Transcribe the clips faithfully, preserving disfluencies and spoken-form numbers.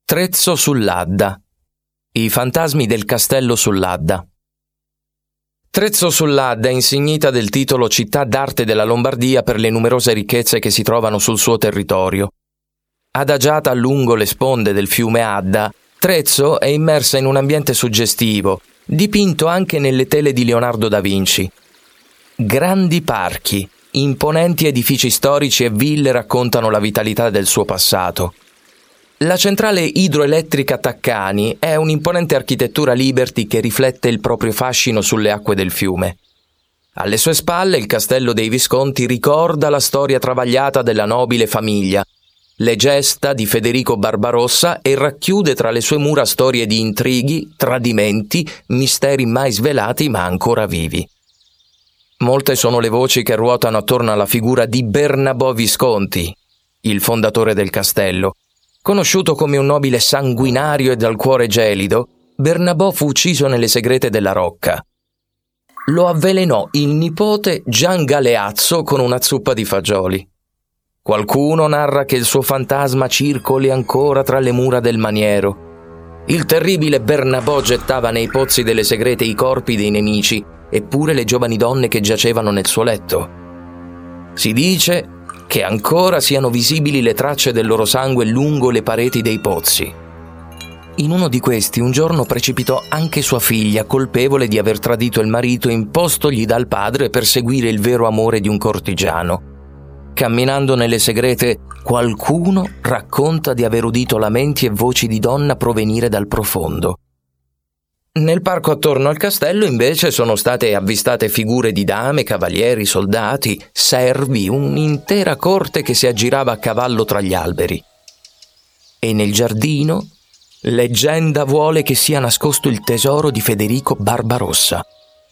Trezzo sull'Adda. I fantasmi del castello sull'Adda. Trezzo sull'Adda è insignita del titolo città d'arte della Lombardia per le numerose ricchezze che si trovano sul suo territorio. Adagiata lungo le sponde del fiume Adda, Trezzo è immersa in un ambiente suggestivo, dipinto anche nelle tele di Leonardo da Vinci. Grandi parchi, imponenti edifici storici e ville raccontano la vitalità del suo passato. La centrale idroelettrica Taccani è un'imponente architettura Liberty che riflette il proprio fascino sulle acque del fiume. Alle sue spalle il castello dei Visconti ricorda la storia travagliata della nobile famiglia, le gesta di Federico Barbarossa e racchiude tra le sue mura storie di intrighi, tradimenti, misteri mai svelati ma ancora vivi. Molte sono le voci che ruotano attorno alla figura di Bernabò Visconti, il fondatore del castello. Conosciuto come un nobile sanguinario e dal cuore gelido, Bernabò fu ucciso nelle segrete della Rocca. Lo avvelenò il nipote Gian Galeazzo con una zuppa di fagioli. Qualcuno narra che il suo fantasma circoli ancora tra le mura del maniero. Il terribile Bernabò gettava nei pozzi delle segrete i corpi dei nemici, eppure le giovani donne che giacevano nel suo letto. Si dice che ancora siano visibili le tracce del loro sangue lungo le pareti dei pozzi. In uno di questi un giorno precipitò anche sua figlia, colpevole di aver tradito il marito impostogli dal padre per seguire il vero amore di un cortigiano. Camminando nelle segrete, qualcuno racconta di aver udito lamenti e voci di donna provenire dal profondo. Nel parco attorno al castello invece sono state avvistate figure di dame, cavalieri, soldati, servi, un'intera corte che si aggirava a cavallo tra gli alberi. E nel giardino, leggenda vuole che sia nascosto il tesoro di Federico Barbarossa.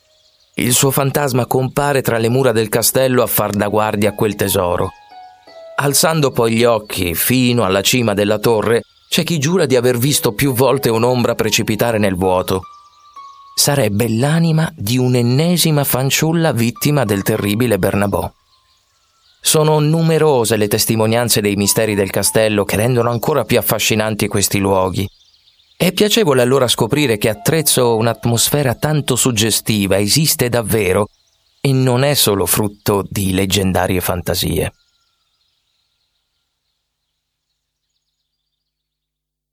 Il suo fantasma compare tra le mura del castello a far da guardia a quel tesoro. Alzando poi gli occhi fino alla cima della torre, c'è chi giura di aver visto più volte un'ombra precipitare nel vuoto. Sarebbe l'anima di un'ennesima fanciulla vittima del terribile Bernabò. Sono numerose le testimonianze dei misteri del castello che rendono ancora più affascinanti questi luoghi. È piacevole allora scoprire che a Trezzo un'atmosfera tanto suggestiva esiste davvero e non è solo frutto di leggendarie fantasie.